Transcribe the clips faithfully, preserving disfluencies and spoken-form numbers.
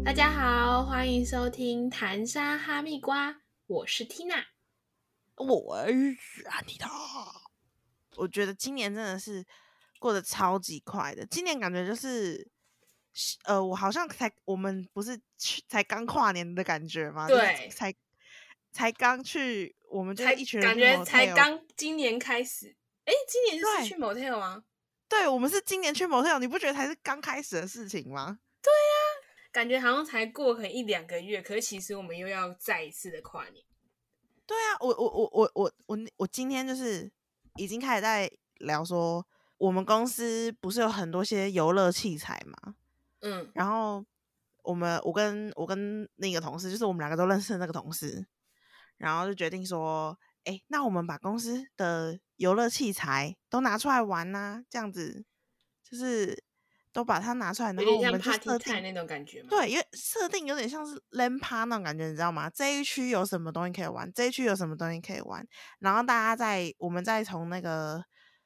大家好，欢迎收听谈沙哈密瓜，我是 Tina， 我是安妮塔。我觉得今年真的是过得超级快的，今年感觉就是呃，我好像才我们不是去才刚跨年的感觉吗？就是对， 才才刚去，我们就是才一群人去感觉才 motel。 刚今年开始，哎，今年是去 motel 吗？ 对，我们是今年去 motel，你不觉得才是刚开始的事情吗？ 对呀、啊，感觉好像才过可能一两个月，可是其实我们又要再一次的跨年。 对啊，我我我我我我我今天就是已经开始在聊说，我们公司不是有很多些游乐器材嘛， 嗯， 然后我们我跟我跟那个同事，就是我们两个都认识的那个同事，然后就决定说，哎，那我们把公司的游乐器材都拿出来玩啊，这样子就是都把它拿出来，然有点像后我们就 party 设 time 定。 那种感觉吗？ 对，因为设定有点像是 LAN party 那种感觉，你知道吗？这一区有什么东西可以玩，这一区有什么东西可以玩，然后大家再我们再从那个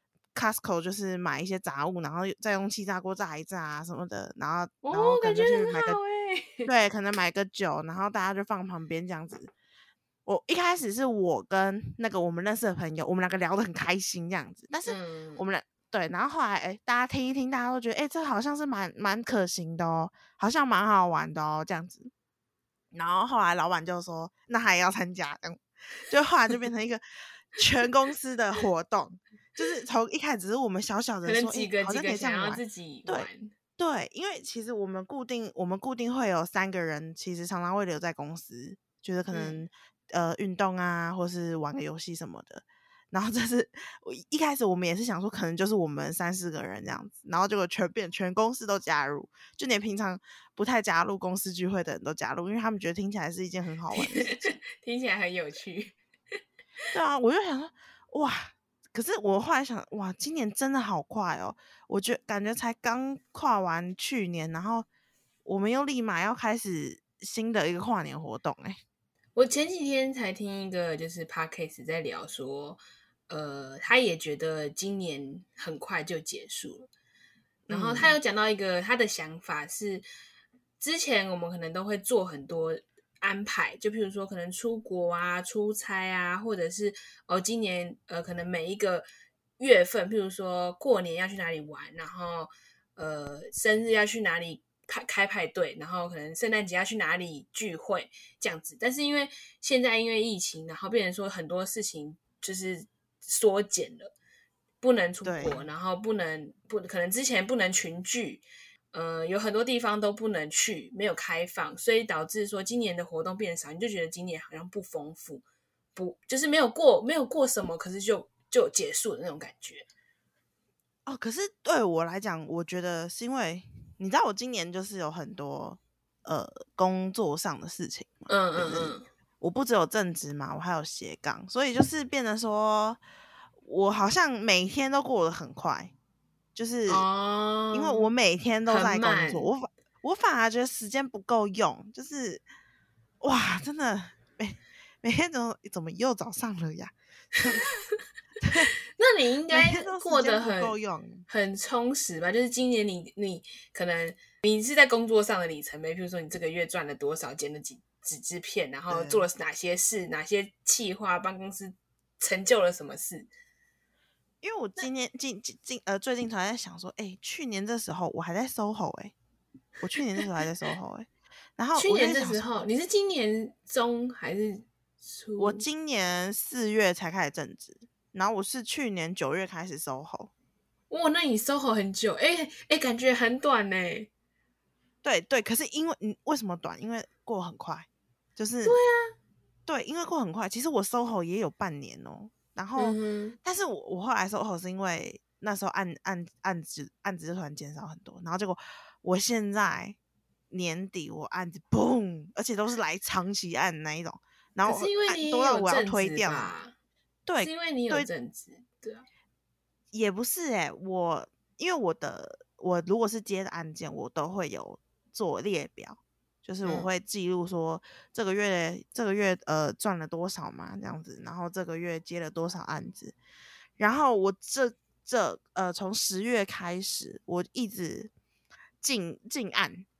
Costco 就是买一些杂物，然后再用气炸锅炸一炸啊什么的，然后哦， 然后可能再感觉很去买个好哎。 对，可能买个酒，然后大家就放旁边这样子。我一开始是我跟那个我们认识的朋友，我们两个聊得很开心这样子，但是嗯， 我们俩对，然后后来哎，大家听一听，大家都觉得哎，这好像是蛮蛮可行的哦，好像蛮好玩的哦，这样子。然后后来老板就说，那还要参加，这样就后来就变成一个全公司的活动，就是从一开始只是我们小小的说，哎， 可能几个好像可几个想以这样玩， 要自己对。 玩。 对，因为其实我们固定我们固定会有三个人，其实常常会留在公司，就是可能、嗯、呃运动啊，或是玩个游戏什么的。然后这是我一开始我们也是想说，可能就是我们三四个人这样子，然后结果全变全公司都加入，就连平常不太加入公司聚会的人都加入，因为他们觉得听起来是一件很好玩的事情， 听起来很有趣。 对啊，我就想说，哇！可是我后来想，哇，今年真的好快哦！我觉感觉才刚跨完去年，然后我们又立马要开始新的一个跨年活动、欸，哎， 我前几天才听一个就是 podcast 在聊说，呃，他也觉得今年很快就结束了。然后他有讲到一个他的想法是，之前我们可能都会做很多安排，就譬如说可能出国啊、出差啊，或者是哦，今年呃可能每一个月份，譬如说过年要去哪里玩，然后呃生日要去哪里派开派对，然后可能圣诞节要去哪里聚会这样子。但是因为现在因为疫情，然后变成说很多事情就是缩减了。不能出国，然后不能不可能之前不能群聚，呃，有很多地方都不能去，没有开放，所以导致说今年的活动变少，你就觉得今年好像不丰富，不就是没有过没有过什么，可是就就结束的那种感觉。 哦，可是对我来讲，我觉得是因为你知道，我今年就是有很多呃工作上的事情嘛， 嗯就是嗯嗯， 我不只有正职嘛，我还有斜杠，所以就是变得说，我好像每天都过得很快，就是因为哦， 我每天都很在工作， 慢， 我反我反而觉得时间不够用，就是哇，真的每每天怎么怎么又早上了呀？这样子，对， 那你应该每天都时过得间不够很用。 很充实吧？就是今年你你可能你是在工作上的里程碑，比如说你这个月赚了多少，剪了几几支片，然后做了哪些事，哪些企划，帮公司成就了什么事。 因为我今年近近近呃最近突然在想说，哎、欸，去年这时候我还在 S O H O 哎、欸，我去年这时候还在 S O H O 哎、欸，然后我去年在想说， 这时候，你是今年中还是我初？ 今年四月才开始正职，然后我是去年九月开始 S O H O。 哇，那你 S O H O 很久，哎、欸、哎、欸，感觉很短呢。 对对，可是因为嗯为什么短？因为过很快，就是对啊， 对，因为过很快。其实我 S O H O 也有半年哦，然后、 嗯哼， 但是我我后来 S O H O 是因为那时候案案案子案子就突然减少很多，然后结果我现在年底我案子嘣，而且都是来长期案那一种，然后可是因为案你也有多到我要正职推掉， 吧？ 对是因为你有对， 正职，对啊。 也不是哎、欸，我因为我的我如果是接的案件，我都会有做列表，就是我会记录说这个月这个月呃赚了多少嘛这样子，然后这个月接了多少案子，然后我这这呃从十月开始，我一直进进案，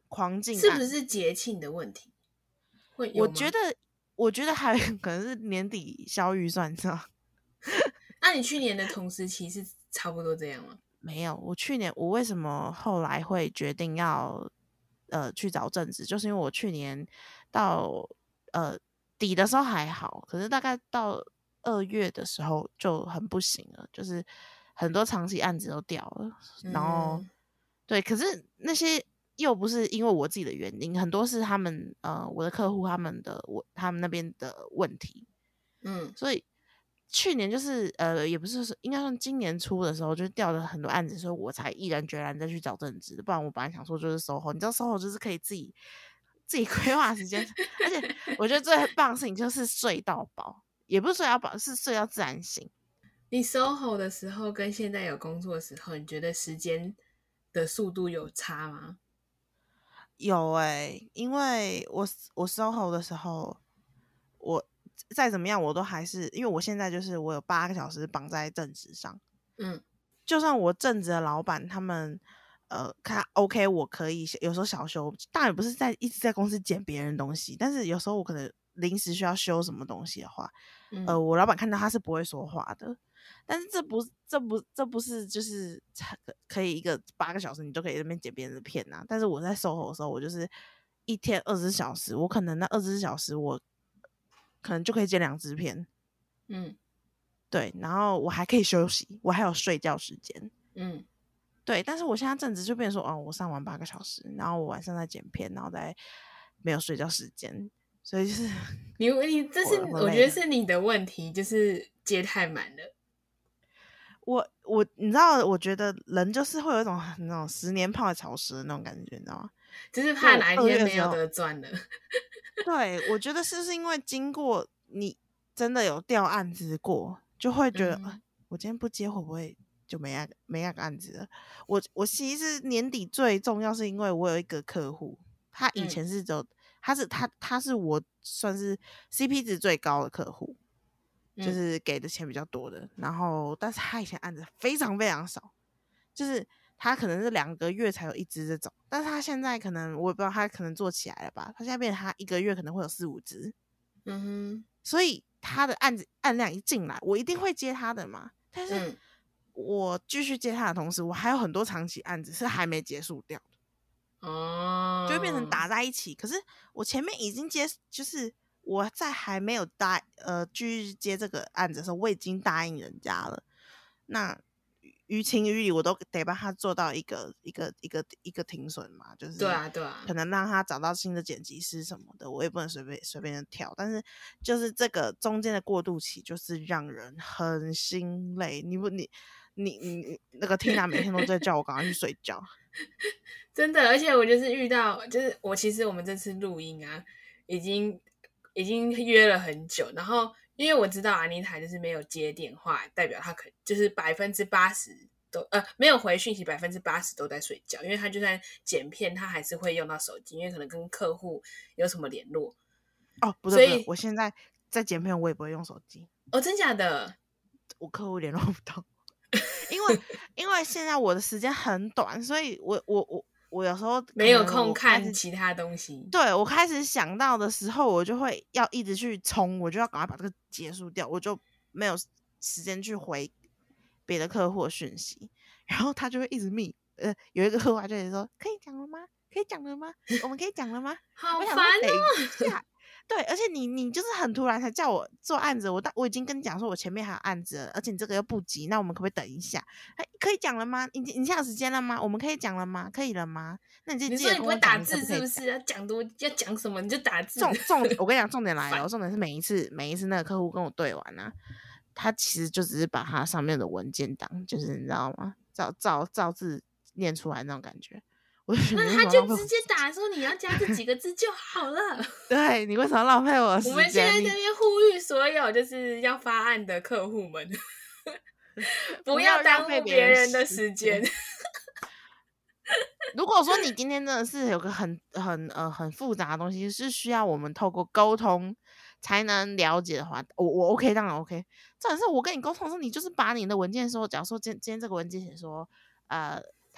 狂进案， 是不是节庆的问题？会有吗？ 我觉得，我觉得还有可能是年底消预算，知道吗？ 那、啊、你去年的同时期是差不多这样吗？ 没有，我去年我为什么后来会决定要呃去找正职，就是因为我去年到呃底的时候还好，可是大概到二月的时候就很不行了，就是很多长期案子都掉了， 嗯、 然后对，可是那些又不是因为我自己的原因，很多是他们呃我的客户他们的我他们那边的问题， 嗯， 所以去年就是呃，也不是说应该说今年初的时候，就掉了很多案子，所以我才毅然决然再去找正职。不然我本来想说就是 S O H O， 你知道 S O H O 就是可以自己自己规划时间，而且我觉得最棒的事情就是睡到饱，也不是睡到饱，是睡到自然醒。 你 S O H O 的时候跟现在有工作的时候，你觉得时间的速度有差吗？ 有哎、欸，因为我我 S O H O 的时候，我再怎么样我都还是因为我现在就是我有八个小时绑在正职上， 嗯， 就算我正职的老板他们呃他 OK 我可以有时候小休，当然不是在一直在公司捡别人东西，但是有时候我可能临时需要修什么东西的话， 嗯呃我老板看到他是不会说话的，但是这不这不这不是就是可以一个八个小时你就可以在那边捡别人的片啊，但是我在S O H O的时候我就是一天二十四小时，我可能那二十四小时我可能就可以剪两支片， 嗯， 对，然后我还可以休息，我还有睡觉时间， 嗯， 对，但是我现在正职就变成说，哦，我上完八个小时，然后我晚上再剪片，然后再没有睡觉时间，所以就是你你这是我, 我觉得是你的问题，就是接太满了。 我我你知道，我觉得人就是会有一种那种十年泡在潮湿的那种感觉，你知道吗？ 就是怕哪一天没有得赚了。 对，我觉得是不是因为经过你真的有调案子过，就会觉得、嗯呃、我今天不接会不会就没那没那个案子了？我我其实年底最重要是因为我有一个客户，他以前是走、嗯、他是他他是我算是 C P 值最高的客户，就是给的钱比较多的，然后但是他以前案子非常非常少，就是他可能是两个月才有一支这种，但是他现在可能我也不知道他可能做起来了吧，他现在变成他一个月可能会有四五支， 嗯哼， 所以他的案子案量一进来，我一定会接他的嘛。但是我继续接他的同时，我还有很多长期案子是还没结束掉的， 哦， 就会变成打在一起。可是我前面已经接，就是我在还没有答呃继续接这个案子的时候，我已经答应人家了。那于情于理我都得帮他做到一个一个一个一个停损嘛，就是对啊对啊， 可能让他找到新的剪辑师什么的，我也不能随便随便的跳，但是就是这个中间的过渡期就是让人很心累，你不你你你那个 Tina 每天都在叫我赶快去睡觉， 真的，而且我就是遇到，就是我其实我们这次录音啊，已经已经约了很久，然后。因为我知道安妮塔就是没有接电话，代表她可就是百分之八十都呃没有回讯息，百分之八十都在睡觉。因为她就算剪片，她还是会用到手机，因为可能跟客户有什么联络。 哦，不对不对，我现在在剪片，我也不会用手机。 哦，真假的？ 我客户联络不到，因为因为现在我的时间很短，所以我我我。我有时候没有空看其他东西， 对，我开始想到的时候，我就会要一直去冲，我就要赶快把这个结束掉，我就没有时间去回别的客户的讯息，然后他就会一直密，呃，有一个客户就会说可以讲了吗？可以讲了吗？我们可以讲了吗？ 好烦哦！对，而且你你就是很突然才叫我做案子，我我已经跟你讲说我前面还有案子了，而且你这个又不急，那我们可不可以等一下？可以讲了吗？你你现在有时间了吗？我们可以讲了吗？可以了吗？那你就记得跟我讲， 你说你不会打字是不是？要讲多要讲什么你就打字。 重重点，我跟你讲，重点来了，重点是每一次每一次那个客户跟我对完啊，他其实就只是把他上面的文件档，就是你知道吗？照照照字念出来那种感觉。 那他就直接打说你要加这几个字就好了。 对，你为什么浪费我的时间？ 我们现在这边呼吁所有就是要发案的客户们，不要耽误别人的时间。 如果说你今天真的是有个很很呃很复杂的东西，是需要我们透过沟通才能了解的话，我我 OK， 当然 OK。重点是我跟你沟通的时候，你就是把你的文件说，假如说今今天这个文件写说，呃。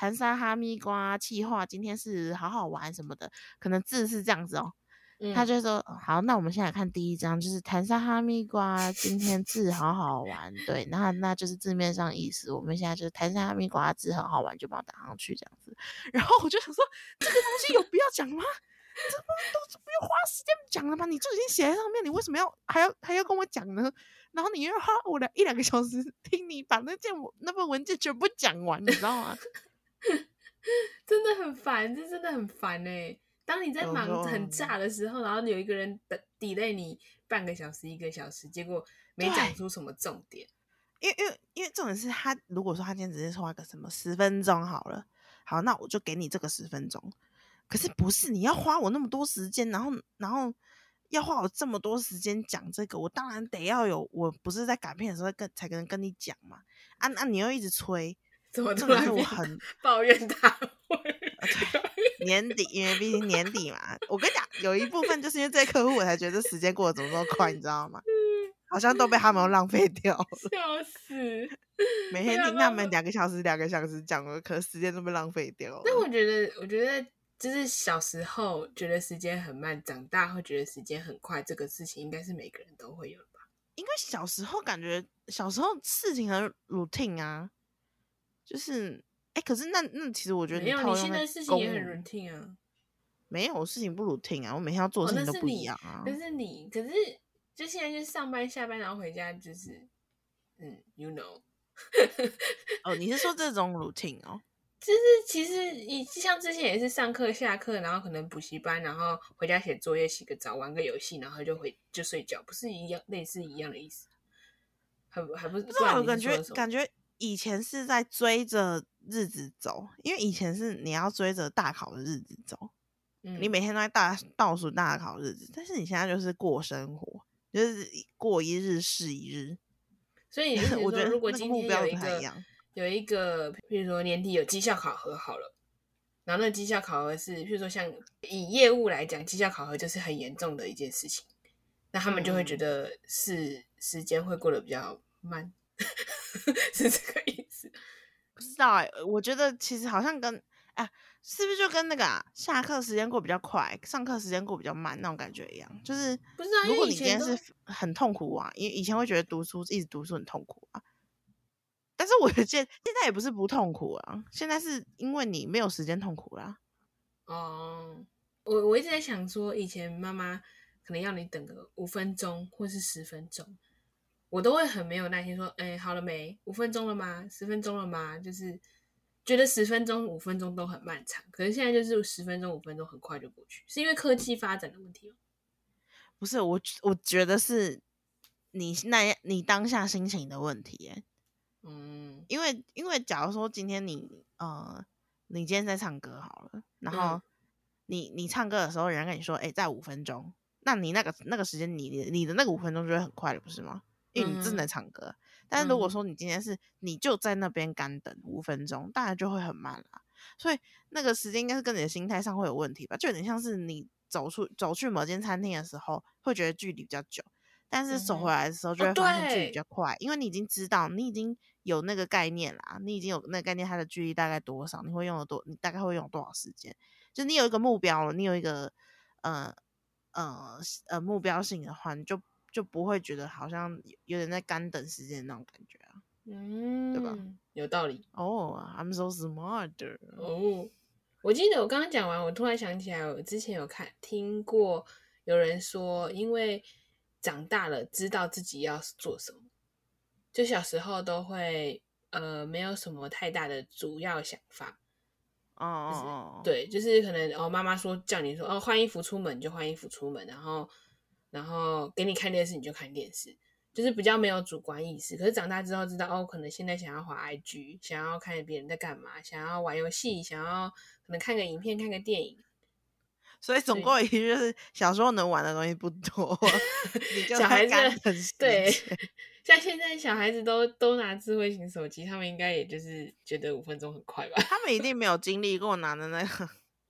谈沙哈密瓜企划今天是好好玩什么的，可能字是这样子哦。嗯、他就会说好，那我们现在看第一章，就是谈沙哈密瓜今天字好好玩，对，那那就是字面上意思。我们现在就是谈沙哈密瓜字很好玩，就把它打上去这样子。然后我就想说，这个东西有必要讲吗？这不都不用花时间讲了吗？你就已经写在上面，你为什么要还要还要跟我讲呢？然后你又花我两一两个小时听你把那件那份文件全部讲完，你知道吗？ 真的很烦，这真的很烦哎、欸！当你在忙很炸的时候，然后有一个人 delay 你半个小时、一个小时，结果没讲出什么重点。 因为因为因为重点是他如果说他今天只是花个什么十分钟好了，好，那我就给你这个十分钟。可是不是你要花我那么多时间，然后然后要花我这么多时间讲这个，我当然得要有，我不是在赶片的时候跟才跟跟你讲嘛。啊啊，你又一直催， 怎么突然我很抱怨大会？ 年底，因为毕竟年底嘛，我跟你讲，有一部分就是因为这些客户，我才觉得时间过得怎么那么快，你知道吗？好像都被他们浪费掉了， 笑死！ 每天听他们两个小时、两个小时讲了，可是时间都被浪费掉了。 但我觉得，我觉得就是小时候觉得时间很慢，长大会觉得时间很快，这个事情应该是每个人都会有的吧？ 因为小时候感觉小时候事情很 routine 啊，就是哎、欸，可是那那其实我觉得没有，你现在事情也很 routine 啊。 没有，我事情不 routine 啊，我每天要做的事情都不一样啊。 哦、但是你，可是就现在就是上班下班，然后回家就是，嗯 ，you know 。 哦，你是说这种 routine 哦？ 就是其实你像之前也是上课下课，然后可能补习班，然后回家写作业、洗个澡、玩个游戏，然后就回就睡觉，不是一样类似一样的意思？还还不是？ 不知道，感觉感觉以前是在追着日子走，因为以前是你要追着大考的日子走，嗯、你每天都在大倒数大考日子，但是你现在就是过生活，就是过一日是一日。 所以我觉得，如果今天有一个有一个，比如说年底有绩效考核好了，然后那绩效考核是，譬如说像以业务来讲，绩效考核就是很严重的一件事情，那他们就会觉得是时间会过得比较慢，是这个意思。 不知道哎、欸，我觉得其实好像跟哎、啊，是不是就跟那个啊，下课时间过比较快，上课时间过比较慢那种感觉一样？就是不是啊， 如果你今天是很痛苦啊，因为以前会觉得读书一直读书很痛苦啊，但是我觉得现在也不是不痛苦啊，现在是因为你没有时间痛苦啦。 哦，我我一直在想说，以前妈妈可能要你等个五分钟或是十分钟，我都会很没有耐心说，哎、欸，好了没？五分钟了吗？十分钟了吗？就是觉得十分钟、五分钟都很漫长，可是现在就是十分钟、五分钟很快就过去，是因为科技发展的问题吗？ 不是，我我觉得是你那你当下心情的问题耶。嗯，因为因为假如说今天你呃，你今天在唱歌好了，然后你、嗯、你唱歌的时候，人家跟你说，哎、欸，再五分钟，那你那个那个时间，你你的那个五分钟就会很快了，不是吗？因为你真的唱歌。嗯、但是如果说你今天是你就在那边干等五分钟，当然就会很慢啦。所以那个时间应该是跟你的心态上会有问题吧，就有点像是你走出走去某间餐厅的时候，会觉得距离比较久。但是走回来的时候就会发现距离比较快，嗯哦、因为你已经知道，你已经有那个概念啦，你已经有那个概念，它的距离大概多少，你会用了多，你大概会用多少时间，就你有一个目标了，你有一个呃呃呃目标性的话，你就就不会觉得好像有点在干等时间那种感觉啊， 嗯， 对吧？ 有道理。 哦、oh, ，I'm so smart。 哦、oh, ，我记得我刚刚讲完，我突然想起来，我之前有看听过有人说，因为长大了知道自己要做什么，就小时候都会呃没有什么太大的主要想法。 哦哦哦， 对，就是可能哦妈妈说叫你说哦换衣服出门你就换衣服出门，然后然后给你看电视你就看电视，就是比较没有主观意识。可是长大之后知道哦，可能现在想要滑 I G， 想要看别人在干嘛，想要玩游戏，想要可能看个影片看个电影。 所以总归一句就是小时候能玩的东西不多，你就小孩子对，像现在小孩子都都拿智慧型手机，他们应该也就是觉得五分钟很快吧？ 他们一定没有经历过拿的那个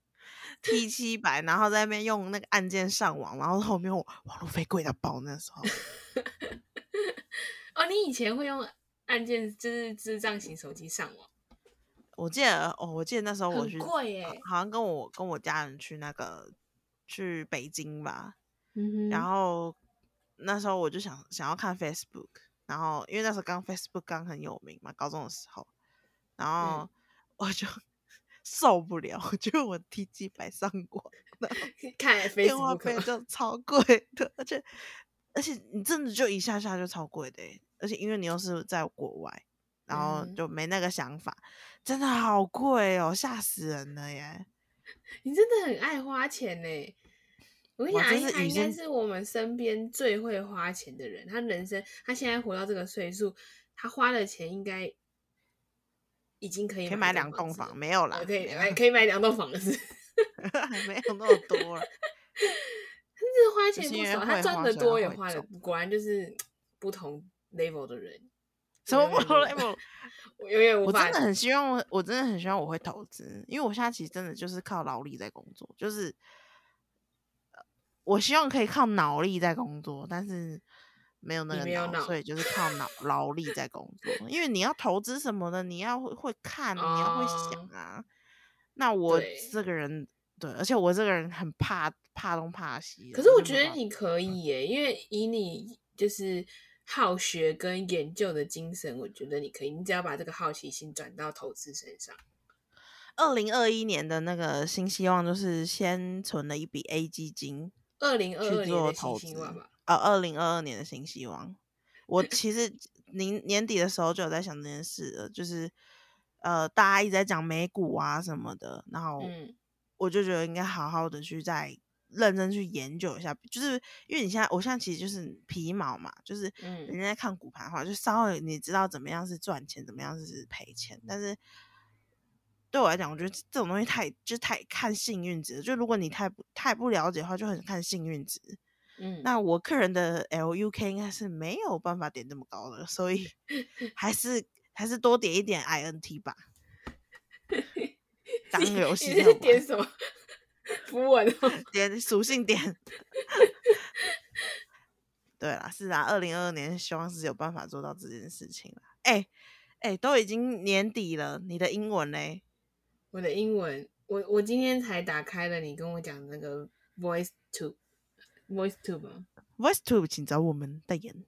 T 七百，然后在那边用那个按键上网，然后后面网路费贵到爆那时候。 哦，你以前会用按键就是智障型手机上网？ 我记得哦，我记得那时候我去， 很贵耶、 好像跟我跟我家人去那个去北京吧， 嗯哼， 然后那时候我就想想要看 Facebook， 然后因为那时候刚 Facebook 刚很有名嘛，高中的时候，然后我就受不了，就我提几百上网，然后看电话 Facebook 费就超贵的，而且而且你真的就一下下就超贵的、欸，而且因为你又是在国外，然后就没那个想法，真的好贵哦，吓死人了耶！ 你真的很爱花钱呢。我跟你讲， 真是他应该雨先是我们身边最会花钱的人。他人生，他现在活到这个岁数，他花的钱应该已经可以可以买买两栋房，没有啦， 呃、可以没有买可以买两栋房的是， 没有那么多了。 他这花就是钱不少， 因为会他赚的花所以他会多也花的， 中果然就是不同 level 的人。 什么不同 level？ 我永远无法。 我真的很希望，我真的很希望我会投资，因为我现在其实真的就是靠劳力在工作，就是我希望可以靠脑力在工作，但是没有那个脑， 你没有脑所以就是靠脑劳力在工作。因为你要投资什么的，你要会会看， 哦你要会想啊。那我对这个人，对，而且我这个人很怕怕东怕西的。 可是我觉得就没办法你可以耶，因为以你就是好学跟研究的精神，我觉得你可以。你只要把这个好奇心转到投资身上。 二零二一年的那个新希望就是先存了一笔 A 基金， 二零二去二年的新做投资希望吧。 呃，二零二二年的新希望，我其实年年底的时候就有在想这件事了，就是呃，大家一直在讲美股啊什么的，然后嗯我就觉得应该好好的去再认真去研究一下，就是因为你现在我现在其实就是皮毛嘛，就是人嗯， 家在看股盘的话，就稍微你知道怎么样是赚钱，怎么样是赔钱，但是对我来讲，我觉得这种东西太就是太看幸运值，就如果你太不太不了解的话，就很看幸运值。 嗯， 那我个人的 L U K 应该是没有办法点这么高的，所以还是还是多点一点 I N T 吧，当游戏你是跳板， 点什么？符文哦。 点属性点。对啦，是啊，二零二二年希望是有办法做到这件事情啦。哎、欸、哎、欸，都已经年底了，你的英文嘞？ 我的英文，我我今天才打开了你跟我讲那个 Voice Tube Voice Tube 吗？ VoiceTube 请找我们代言。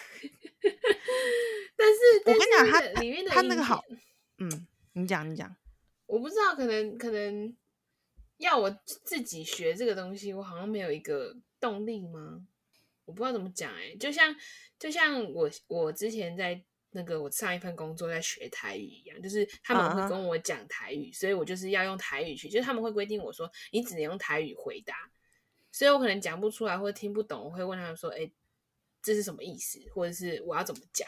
但是我跟你讲，他但是里面的影片他那个好，嗯，你讲你讲， 我不知道，可能可能要我自己学这个东西，我好像没有一个动力吗？我不知道怎么讲哎、欸，就像就像我我之前在那个我上一份工作在学台语一样，就是他们会跟我讲台语， uh-huh. 所以我就是要用台语去，就是他们会规定我说你只能用台语回答，所以我可能讲不出来或者听不懂，我会问他们说，哎、欸，这是什么意思，或者是我要怎么讲。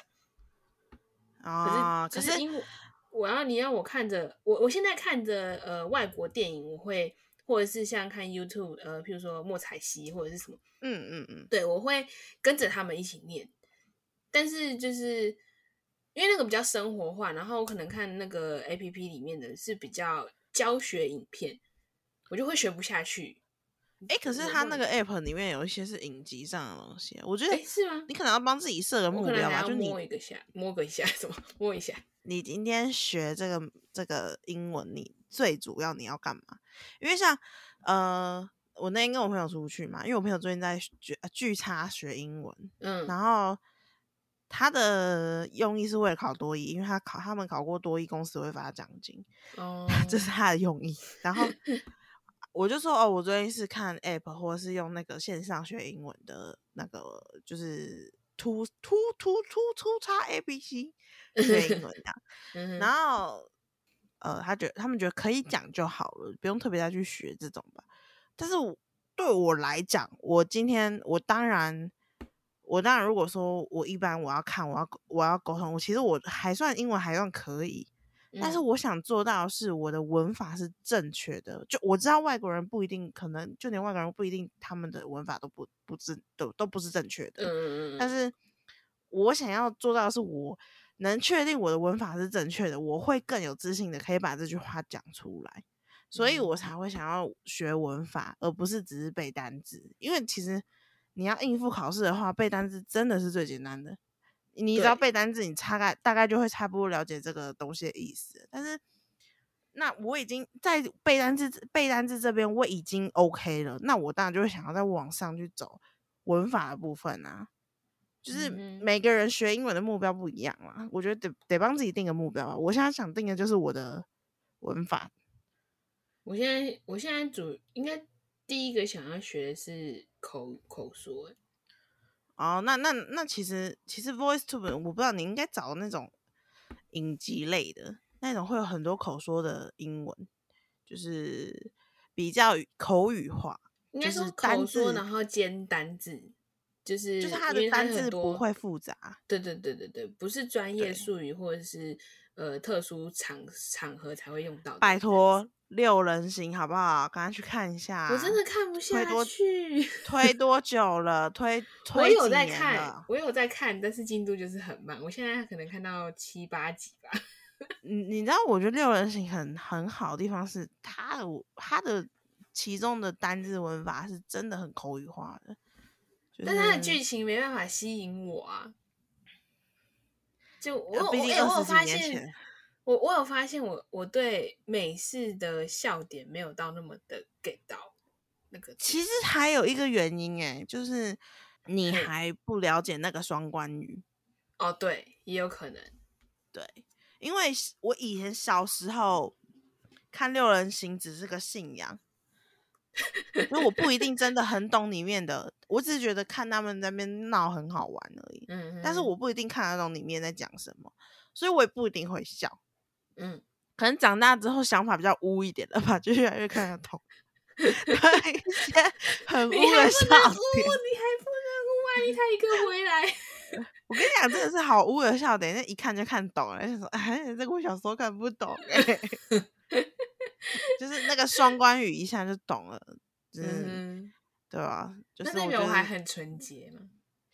啊、 可是就是因为我要你让我看着我我现在看着呃外国电影，我会或者是像看 YouTube 呃，譬如说莫彩希或者是什么， 嗯嗯嗯， 对，我会跟着他们一起念，但是就是因为那个比较生活化，然后我可能看那个 A P P 里面的是比较教学影片，我就会学不下去。 哎、欸，可是他那个 app 里面有一些是影集上的东西，我觉得是吗？ 你可能要帮自己设个目标吧，就你摸一个下，摸个一下，什么摸一下。 你今天学这个这个英文，你最主要你要干嘛？因为像呃，我那天跟我朋友出去嘛，因为我朋友最近在学巨差学英文， 嗯， 然后他的用意是为了考多益，因为他考他们考过多益，公司会发奖金，哦，这是他的用意。然后我就说哦，我最近是看 app 或者是用那个线上学英文的那个，就是突突突突突叉 A B C 学英文这样。 嗯、 然后呃，他觉得他们觉得可以讲就好了，不用特别再去学这种吧。但是对我来讲，我今天我当然。我当然，如果说我一般我要看，我要我要沟通，我其实我还算英文还算可以，嗯、但是我想做到的是我的文法是正确的。就我知道外国人不一定，可能就连外国人不一定他们的文法都不不是都都不是正确的。嗯、但是我想要做到的是，我能确定我的文法是正确的，我会更有自信的可以把这句话讲出来，所以我才会想要学文法，而不是只是背单字，因为其实。你要应付考试的话，背单字真的是最简单的。你只要背单字，你大概大概就会差不多了解这个东西的意思。但是那我已经在背单字背单字这边我已经 OK 了，那我当然就会想要再往上去走文法的部分啊。就是每个人学英文的目标不一样嘛，我觉得得得帮自己定个目标啊。我现在想定的就是我的文法。 我现在我现在主应该第一个想要学的是口口说。 哦，那那那其实其实 VoiceTube 我不知道，你应该找那种影集类的那种，会有很多口说的英文，就是比较口语化， 应该说就是口说， 单字， 然后兼单字，就是就是它因为它的单字很多不会复杂。 对对对对对，不是专业对， 术语或者是呃特殊场场合才会用到的。 拜托，六人行好不好？赶快去看一下。 我真的看不下推多去。 推多久了？推我有推几在看年了？， 我有在看，但是进度就是很慢。我现在可能看到七八集吧。 你你知道，我觉得六人行很很好的地方是它的它的其中的单字文法是真的很口语化的，就是、 但它的剧情没办法吸引我啊。就我呃、毕我、欸、我有竟二十几发现年前， 我我有发现我我对美式的笑点没有到那么的 get 到那个。 其实还有一个原因哎，就是你还不了解那个双关语。 哦，对，也有可能。 对，因为我以前小时候看六人行只是个信仰，因为我不一定真的很懂里面的，我只是觉得看他们在那边闹很好玩而已。 嗯， 但是我不一定看得懂里面在讲什么，所以我也不一定会笑。 嗯， 可能长大之后想法比较污一点了吧，就越来越看得懂。对，一些很污的笑点， 你还不能污，万一他一个回来。 我跟你讲，真的是好污的笑点，那一看就看懂了，就说哎，这个我小时候看不懂哎、欸，就是那个双关语一下就懂了，嗯，对吧？就是那代我觉得表我还很纯洁吗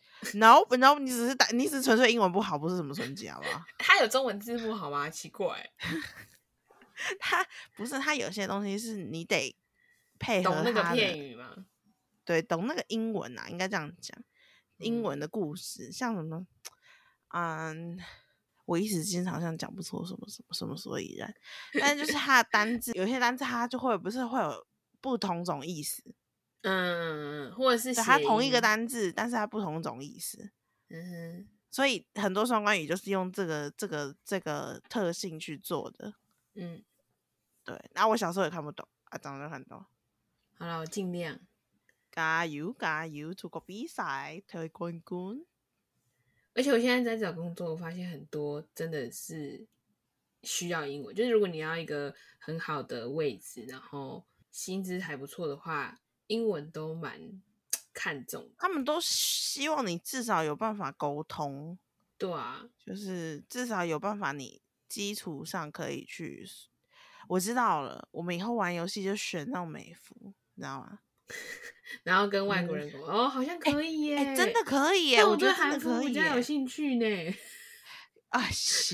？No No， 你只是打，你只是纯粹英文不好，不是什么纯洁，好不好？ 他有中文字幕好吗？奇怪， 他不是，他有些东西是你得配合懂那个他的片语吗？ 对，懂那个英文啊，应该这样讲。英文的故事，像什么，嗯，我一时间好像讲不出什么什么什么所以然，但就是它的单字，有些单字它就会不是会有不同种意思， 嗯，或者是对，它谐同一个音。 单字，但是它不同种意思， 嗯哼， 所以很多双关语就是用这个这个这个特性去做的。 嗯， 对，然后我小时候也看不懂啊，长大就看懂。 好了，我尽量。 加油加油，出国比赛，推冠军。 而且我现在在找工作，我发现很多真的是需要英文。就是如果你要一个很好的位置，然后薪资还不错的话，英文都蛮看重的。 他们都希望你至少有办法沟通。 对啊， 就是至少有办法，你基础上可以去。我知道了，我们以后玩游戏就选那种美服，你知道吗？ 然后跟外国人说、嗯、哦，好像可以耶， 哎、欸欸，真的可以耶！ 我觉得真韩服比较有兴趣呢。 啊，是。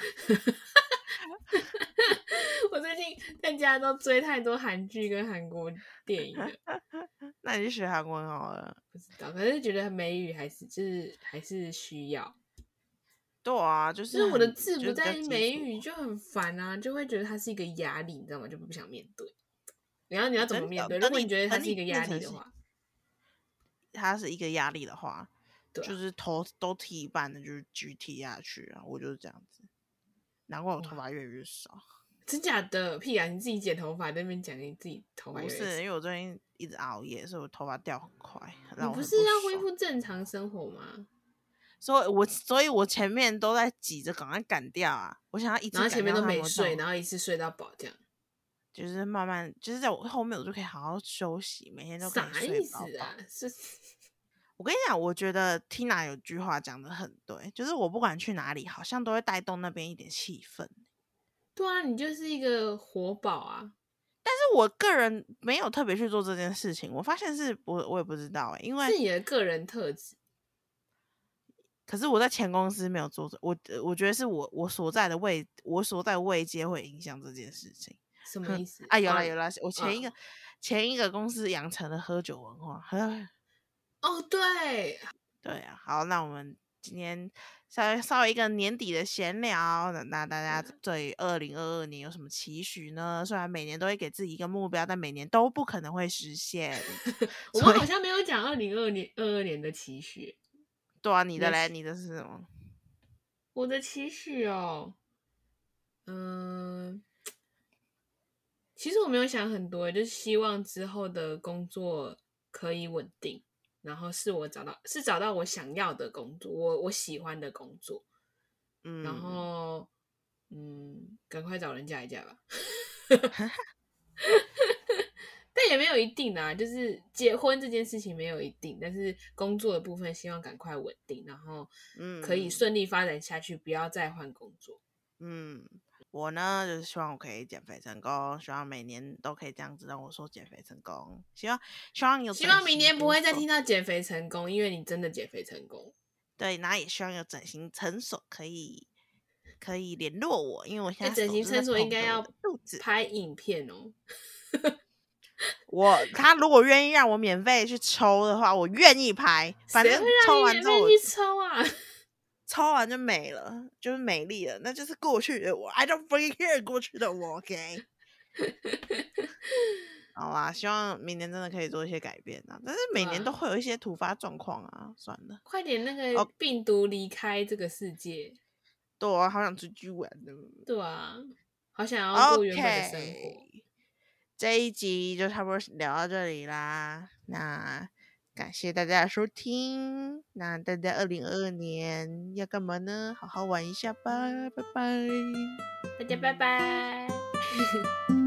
我最近在家都追太多韩剧跟韩国电影了。 那你就学韩文好了。 不知道，可是觉得美语还是就是还是需要。 对啊，就是就是我的字不就在美语就很烦啊，就会觉得它是一个压力，你知道吗？就不想面对。然后你要怎么面对？如果你觉得它是一个压力的话， 它是一个压力的话， 对啊、 就是头都剃一半的，就是继续剃下去啊。我就是这样子，难怪我头发越来越少。 真假的？屁啊！你自己剪头发在那边讲你自己头发越来越少。 不是，因为我最近一直熬夜，所以我头发掉很快。 你不是要恢复正常生活吗？ 所以我所以我前面都在挤着赶快赶掉啊！我想要一次赶掉， 然后前面都没睡，然后一次睡到饱，这样就是慢慢，就是在我后面我就可以好好休息，每天都可以睡饱饱。啥意思啊？ 是， 我跟你讲，我觉得 Tina 有句话讲的很对，就是我不管去哪里，好像都会带动那边一点气氛。 对啊，你就是一个活宝啊！ 但是我个人没有特别去做这件事情，我发现是我我也不知道哎、欸，因为是你的个人特质。 可是我在前公司没有做，我我觉得是我我所在的位我所在的位阶会影响这件事情。 什么意思啊？有啦有啦，我前一个、 哦、 前一个公司养成了喝酒文化。 哦，对对啊，好，那我们今天稍微稍微一个年底的闲聊，那大家对二零二二年有什么期许呢？虽然每年都会给自己一个目标，但每年都不可能会实现。 我们好像没有讲二零二二年二二年的期许。 对啊，你的嘞？你的是什么？ 我的期许哦，嗯，其实我没有想很多，就是希望之后的工作可以稳定，然后是我找到是找到我想要的工作，我我喜欢的工作， 嗯， 然后嗯，赶快找人嫁一嫁吧。但也没有一定啊，就是结婚这件事情没有一定，但是工作的部分希望赶快稳定，然后可以顺利发展下去，不要再换工作。 嗯，我呢就是希望我可以减肥成功，希望每年都可以这样子让我说减肥成功，希望希望有希望明年不会再听到减肥成功，因为你真的减肥成功。 对，然后也希望有整形诊所可以可以联络我，因为我现在整形诊所应该要肚子拍影片哦。 我他如果愿意让我免费去抽的话，我愿意拍。反正抽完之后去抽啊， 抽完就没了，就是美丽了，那就是过去的我。I don't freaking care 过去的我 ，OK 。好啦，希望明年真的可以做一些改变啊！但是每年都会有一些突发状况啊，算了， 快点那个病毒离开这个世界。 对啊，好想出去玩的。 对啊，好想要过原本的生活。 Okay, 这一集就差不多聊到这里啦，那感谢大家的收听。那大家二零二二年要干嘛呢？好好玩一下吧，拜拜， 大家拜拜。